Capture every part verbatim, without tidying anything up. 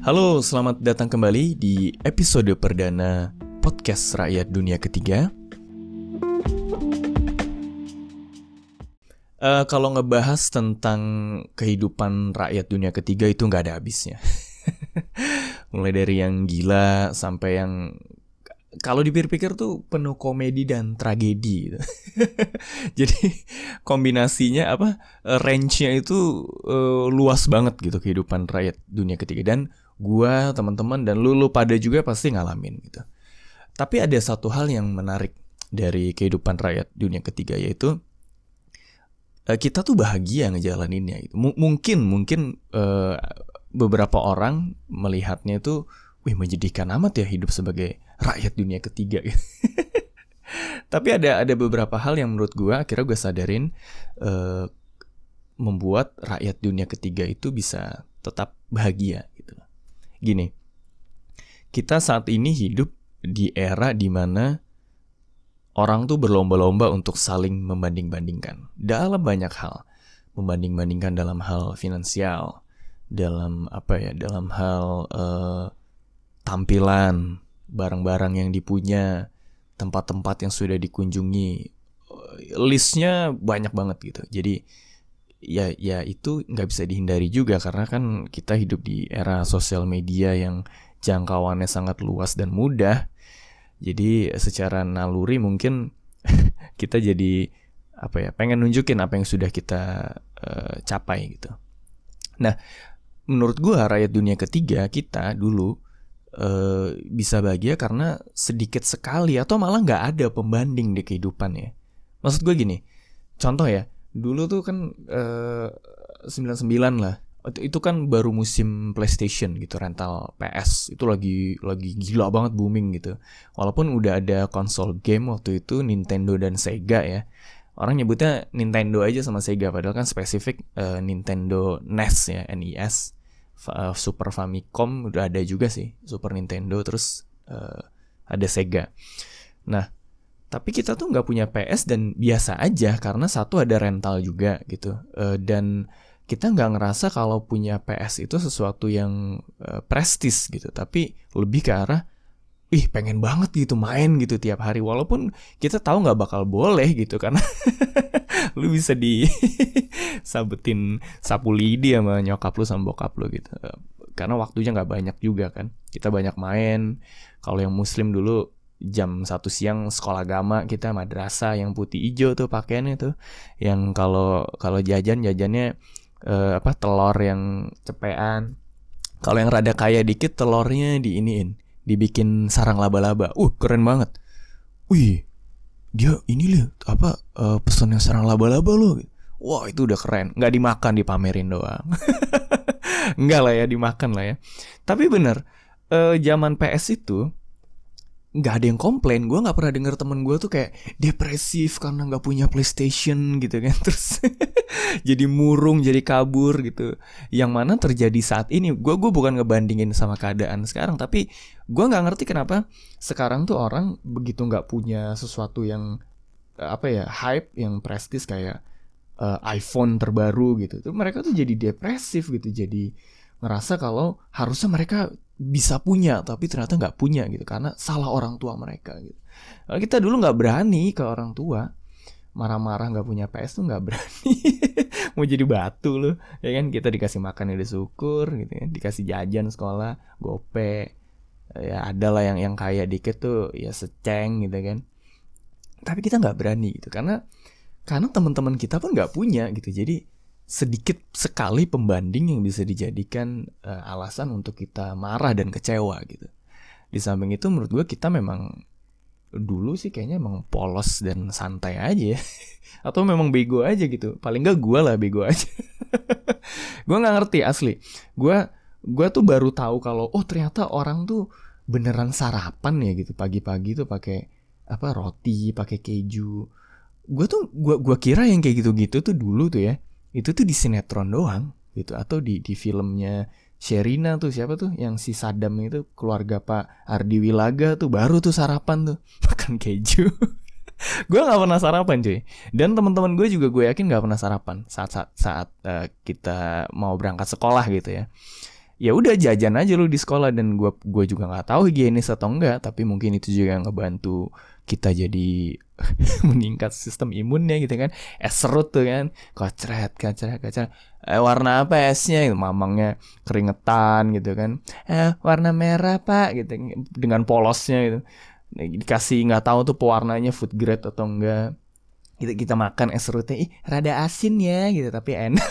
Halo, selamat datang kembali di episode perdana podcast Rakyat Dunia Ketiga. Uh, kalau ngebahas tentang kehidupan rakyat dunia ketiga itu nggak ada habisnya. Mulai dari yang gila sampai yang kalau dipikir-pikir tuh penuh komedi dan tragedi gitu. Jadi kombinasinya apa range-nya itu uh, luas banget gitu kehidupan rakyat dunia ketiga. Dan gua, teman-teman, dan lu, lu pada juga pasti ngalamin gitu. Tapi ada satu hal yang menarik dari kehidupan rakyat dunia ketiga, yaitu kita tuh bahagia ngejalaninnya gitu. M- mungkin mungkin uh, beberapa orang melihatnya itu, wih, menjadikan amat ya hidup sebagai rakyat dunia ketiga gitu. Tapi ada ada beberapa hal yang menurut gue akhirnya gue sadarin uh, membuat rakyat dunia ketiga itu bisa tetap bahagia gitu. Gini, kita saat ini hidup di era dimana orang tuh berlomba-lomba untuk saling membanding-bandingkan dalam banyak hal. Membanding-bandingkan dalam hal finansial, dalam apa ya, dalam hal uh, tampilan, barang-barang yang dipunya, tempat-tempat yang sudah dikunjungi. Listnya banyak banget gitu. Jadi ya ya itu nggak bisa dihindari juga karena kan kita hidup di era sosial media yang jangkauannya sangat luas dan mudah. Jadi secara naluri mungkin kita jadi apa ya, pengen nunjukin apa yang sudah kita uh, capai gitu. Nah, menurut gua rakyat dunia ketiga kita dulu uh, bisa bahagia karena sedikit sekali atau malah nggak ada pembanding di kehidupan ya. Maksud gua gini, contoh ya, dulu tuh kan uh, sembilan puluh sembilan lah. Itu kan baru musim PlayStation gitu, rental P S itu lagi lagi gila banget, booming gitu. Walaupun udah ada konsol game waktu itu, Nintendo dan Sega ya. Orang nyebutnya Nintendo aja sama Sega, padahal kan spesifik uh, Nintendo N E S ya, N E S, uh, Super Famicom udah ada juga sih, Super Nintendo, terus uh, ada Sega. Nah, tapi kita tuh nggak punya P S dan biasa aja karena satu ada rental juga gitu, uh, dan kita nggak ngerasa kalau punya P S itu sesuatu yang uh, prestis gitu, tapi lebih ke arah, ih pengen banget gitu main gitu tiap hari, walaupun kita tahu nggak bakal boleh gitu karena lu bisa disabetin sapu lidi sama nyokap lu sama bokap lu gitu, karena waktunya nggak banyak juga kan, kita banyak main. Kalau yang muslim dulu jam satu siang sekolah agama, kita madrasah yang putih hijau tuh pakaiannya tuh, yang kalau kalau jajan jajannya Uh, apa telur yang cepean. Kalau yang rada kaya dikit telurnya diiniin, dibikin sarang laba-laba. Uh keren banget. Wih, dia ini loh apa uh, pesan yang sarang laba-laba loh. Wah itu udah keren. Nggak dimakan, dipamerin doang. Enggak lah ya, dimakan lah ya. Tapi bener, uh, zaman P S itu nggak ada yang komplain. Gue nggak pernah denger temen gue tuh kayak depresif karena nggak punya PlayStation gitu kan. Terus jadi murung, jadi kabur gitu. Yang mana terjadi saat ini. Gue gue bukan ngebandingin sama keadaan sekarang, tapi gue nggak ngerti kenapa sekarang tuh orang begitu nggak punya sesuatu yang apa ya, hype, yang prestis kayak uh, iPhone terbaru gitu. Tuh mereka tuh jadi depresif gitu. Jadi ngerasa kalau harusnya mereka bisa punya tapi ternyata nggak punya gitu karena salah orang tua mereka gitu. Kalau kita dulu nggak berani ke orang tua, marah-marah nggak punya P S tuh nggak berani. Mau jadi batu loh ya kan. Kita dikasih makan udah syukur gitu ya, dikasih jajan sekolah gope ya, ada lah yang yang kaya dikit tuh ya seceng gitu kan. Tapi kita nggak berani gitu karena karena teman-teman kita pun nggak punya gitu. Jadi sedikit sekali pembanding yang bisa dijadikan uh, alasan untuk kita marah dan kecewa gitu. Di samping itu menurut gue kita memang dulu sih kayaknya emang polos dan santai aja ya. Atau memang bego aja gitu. Paling gak gue lah bego aja. Gue gak ngerti asli. Gue gue tuh baru tahu kalau oh ternyata orang tuh beneran sarapan ya gitu pagi-pagi tuh pakai apa, roti, pakai keju. Gue tuh gue gue kira yang kayak gitu-gitu tuh dulu tuh ya, itu tuh di sinetron doang gitu, atau di di filmnya Sherina tuh, siapa tuh yang si Saddam itu, keluarga Pak Ardi Wilaga tuh baru tuh sarapan tuh makan keju. Gue nggak pernah sarapan cuy, dan teman-teman gue juga gue yakin nggak pernah sarapan saat saat saat uh, kita mau berangkat sekolah gitu ya. ya udah jajan aja lu di sekolah, dan gue gue juga nggak tahu higienis atau enggak, tapi mungkin itu juga yang ngebantu kita jadi meningkat sistem imunnya gitu kan. Es serut tuh kan, kocret kocret kocret, eh, warna apa esnya gitu, mamangnya keringetan gitu kan, eh warna merah pak gitu dengan polosnya gitu, dikasih nggak tahu tuh pewarnanya food grade atau enggak. Kita kita makan es serutnya, ih rada asin ya gitu tapi enak.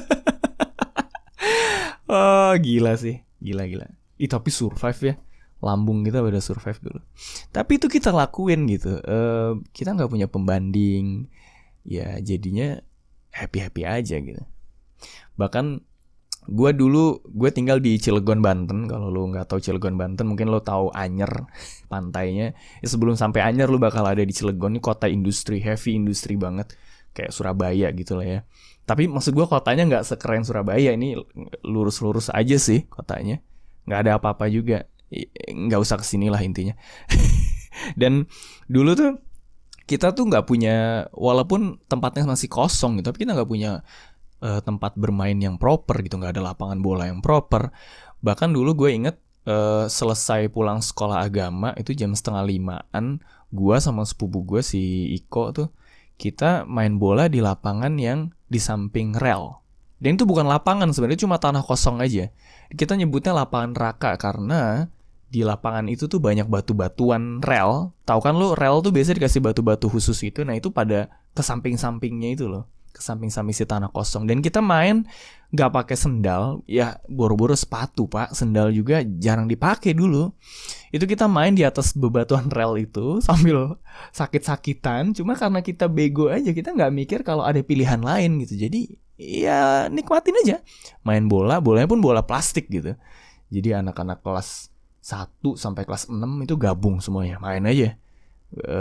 Oh gila sih, gila gila. Ih tapi survive ya, lambung kita pada survive dulu. Tapi itu kita lakuin gitu. Uh, kita nggak punya pembanding, ya jadinya happy happy aja gitu. Bahkan gue dulu gue tinggal di Cilegon Banten. Kalau lu nggak tahu Cilegon Banten, mungkin lo tahu Anyer pantainya. Ya, sebelum sampai Anyer lu bakal ada di Cilegon. Ini kota industri, heavy industri banget, kayak Surabaya gitu lah ya. Tapi maksud gue kotanya nggak sekeren Surabaya, ini lurus-lurus aja sih kotanya, nggak ada apa-apa juga, nggak usah kesini lah intinya. Dan dulu tuh kita tuh nggak punya, walaupun tempatnya masih kosong gitu, tapi kita nggak punya uh, tempat bermain yang proper gitu, nggak ada lapangan bola yang proper. Bahkan dulu gue inget uh, selesai pulang sekolah agama itu jam setengah limaan, gue sama sepupu gue si Iko tuh kita main bola di lapangan yang di samping rel. Dan itu bukan lapangan sebenarnya, cuma tanah kosong aja. Kita nyebutnya lapangan raka karena di lapangan itu tuh banyak batu-batuan rel. Tahu kan lo, rel tuh biasa dikasih batu-batu khusus itu. Nah itu pada ke samping-sampingnya itu loh, ke samping-samping si tanah kosong. Dan kita main gak pakai sendal, ya boro-boro sepatu pak. Sendal juga jarang dipakai dulu. Itu kita main di atas bebatuan rel itu sambil sakit-sakitan. Cuma karena kita bego aja, kita gak mikir kalau ada pilihan lain gitu. Jadi ya nikmatin aja. Main bola, bolanya pun bola plastik gitu. Jadi anak-anak kelas satu sampai kelas enam itu gabung semuanya, main aja. E,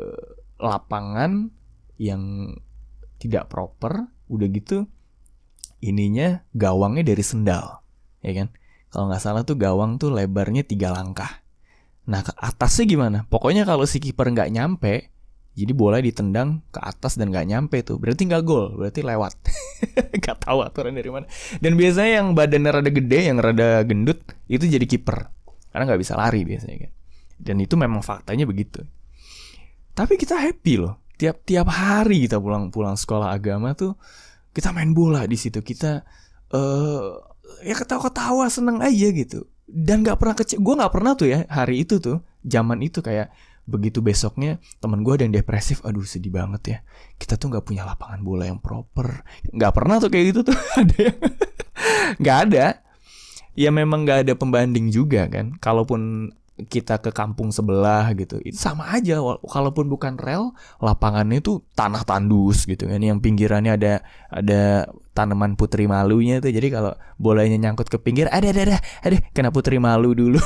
lapangan yang tidak proper, udah gitu ininya gawangnya dari sendal, ya kan? Kalau nggak salah tuh gawang tuh lebarnya tiga langkah. Nah ke atasnya gimana? Pokoknya kalau si kiper nggak nyampe, jadi bola ditendang ke atas dan nggak nyampe tuh, berarti nggak gol, berarti lewat. Gak tahu aturan dari mana. Dan biasanya yang badannya rada gede, yang rada gendut itu jadi kiper, karena nggak bisa lari biasanya kan. Dan itu memang faktanya begitu. Tapi kita happy loh. Tiap-tiap hari kita pulang-pulang sekolah agama tuh kita main bola di situ. Kita uh, ya ketawa-ketawa, seneng aja gitu. Dan nggak pernah kece, gue nggak pernah tuh ya hari itu tuh, zaman itu kayak begitu besoknya teman gue ada yang depresif, aduh sedih banget ya. Kita tuh nggak punya lapangan bola yang proper. Nggak pernah tuh kayak gitu tuh. Ada yang nggak ada. Ya memang nggak ada pembanding juga kan. Kalaupun kita ke kampung sebelah gitu, itu sama aja. Kalaupun bukan rel, lapangannya itu tanah tandus gitu kan, yang pinggirannya ada ada tanaman putri malunya tuh. Jadi kalau bolanya nyangkut ke pinggir, ada ada ada, ada kena putri malu dulu.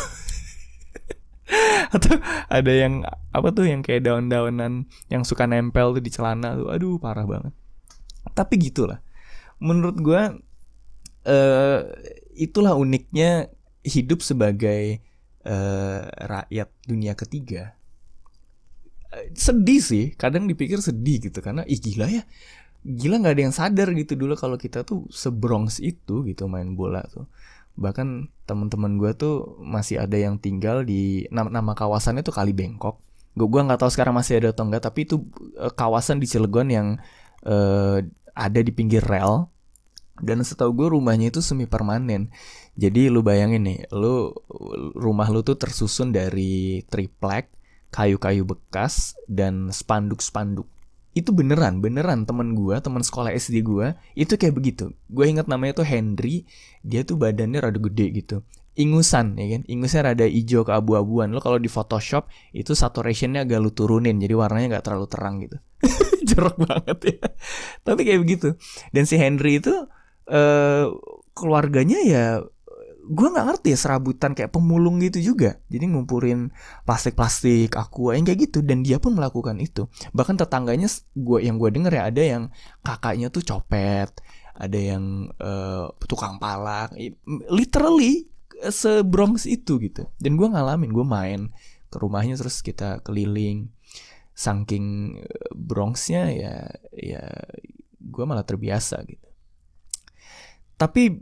Atau ada yang apa tuh yang kayak daun-daunan yang suka nempel tuh di celana tuh, aduh parah banget. Tapi gitulah. Menurut gue uh, itulah uniknya hidup sebagai Uh, rakyat dunia ketiga. uh, Sedih sih, kadang dipikir sedih gitu, karena ih gila ya, gila gak ada yang sadar gitu dulu kalau kita tuh sebrongs itu gitu main bola tuh. Bahkan teman-teman gue tuh masih ada yang tinggal di nama, nama kawasannya tuh Kali Bengkok. Gue gue nggak tahu sekarang masih ada atau enggak, tapi itu uh, kawasan di Cilegon yang uh, ada di pinggir rel. Dan setahu gue rumahnya itu semi permanen. Jadi lu bayangin nih, lu rumah lu tuh tersusun dari triplek, kayu-kayu bekas, dan spanduk-spanduk. Itu beneran, beneran teman gue, teman sekolah S D gue, itu kayak begitu. Gue ingat namanya tuh Henry, dia tuh badannya rada gede gitu. Ingusan ya kan, ingusnya rada hijau keabu-abuan. Lo kalau di Photoshop itu saturationnya agak lu turunin, jadi warnanya nggak terlalu terang gitu. Jorok banget ya. Tapi kayak begitu. Dan si Henry itu Uh, keluarganya ya gue nggak ngerti ya, serabutan kayak pemulung gitu juga. Jadi ngumpulin plastik-plastik, aqua yang kayak gitu. Dan dia pun melakukan itu. Bahkan tetangganya gue yang gue denger ya, ada yang kakaknya tuh copet, ada yang uh, tukang palak, literally se-Bronx itu gitu. Dan gue ngalamin, gue main ke rumahnya terus kita keliling. Saking Bronxnya ya, ya gue malah terbiasa gitu. Tapi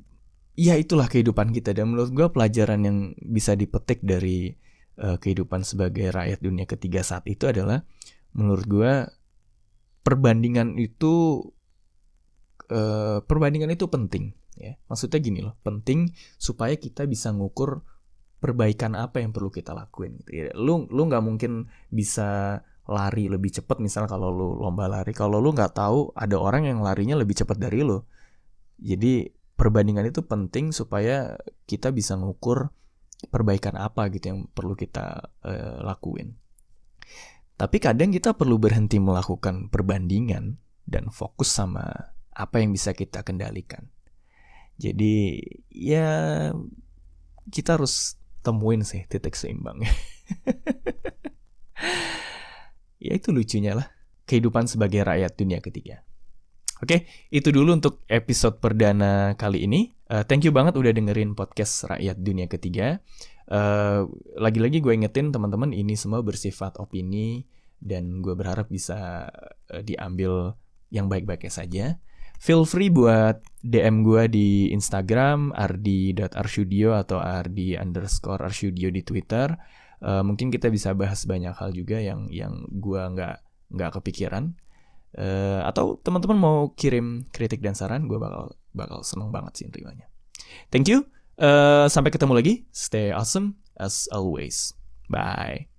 ya itulah kehidupan kita. Dan menurut gue pelajaran yang bisa dipetik dari uh, kehidupan sebagai rakyat dunia ketiga saat itu adalah, menurut gue perbandingan itu uh, perbandingan itu penting. Ya, maksudnya gini loh, penting supaya kita bisa ngukur perbaikan apa yang perlu kita lakuin. Gitu ya. Lu lu nggak mungkin bisa lari lebih cepat misalnya kalau lu lomba lari, kalau lu nggak tahu ada orang yang larinya lebih cepat dari lu. Jadi perbandingan itu penting supaya kita bisa ngukur perbaikan apa gitu yang perlu kita uh, lakuin. Tapi kadang kita perlu berhenti melakukan perbandingan dan fokus sama apa yang bisa kita kendalikan. Jadi ya kita harus temuin sih titik seimbangnya. Ya itu lucunya lah kehidupan sebagai rakyat dunia ketiga. Oke, itu dulu untuk episode perdana kali ini. Uh, thank you banget udah dengerin podcast Rakyat Dunia Ketiga. Uh, lagi-lagi gue ingetin teman-teman, ini semua bersifat opini dan gue berharap bisa uh, diambil yang baik-baiknya saja. Feel free buat D M gue di Instagram ardi dot arsudio atau ardi underscore arsudio di Twitter. Uh, mungkin kita bisa bahas banyak hal juga yang yang gue nggak nggak kepikiran. Uh, atau teman-teman mau kirim kritik dan saran, gue bakal bakal seneng banget sih nerimanya. Thank you. Uh, sampai ketemu lagi. Stay awesome as always. Bye.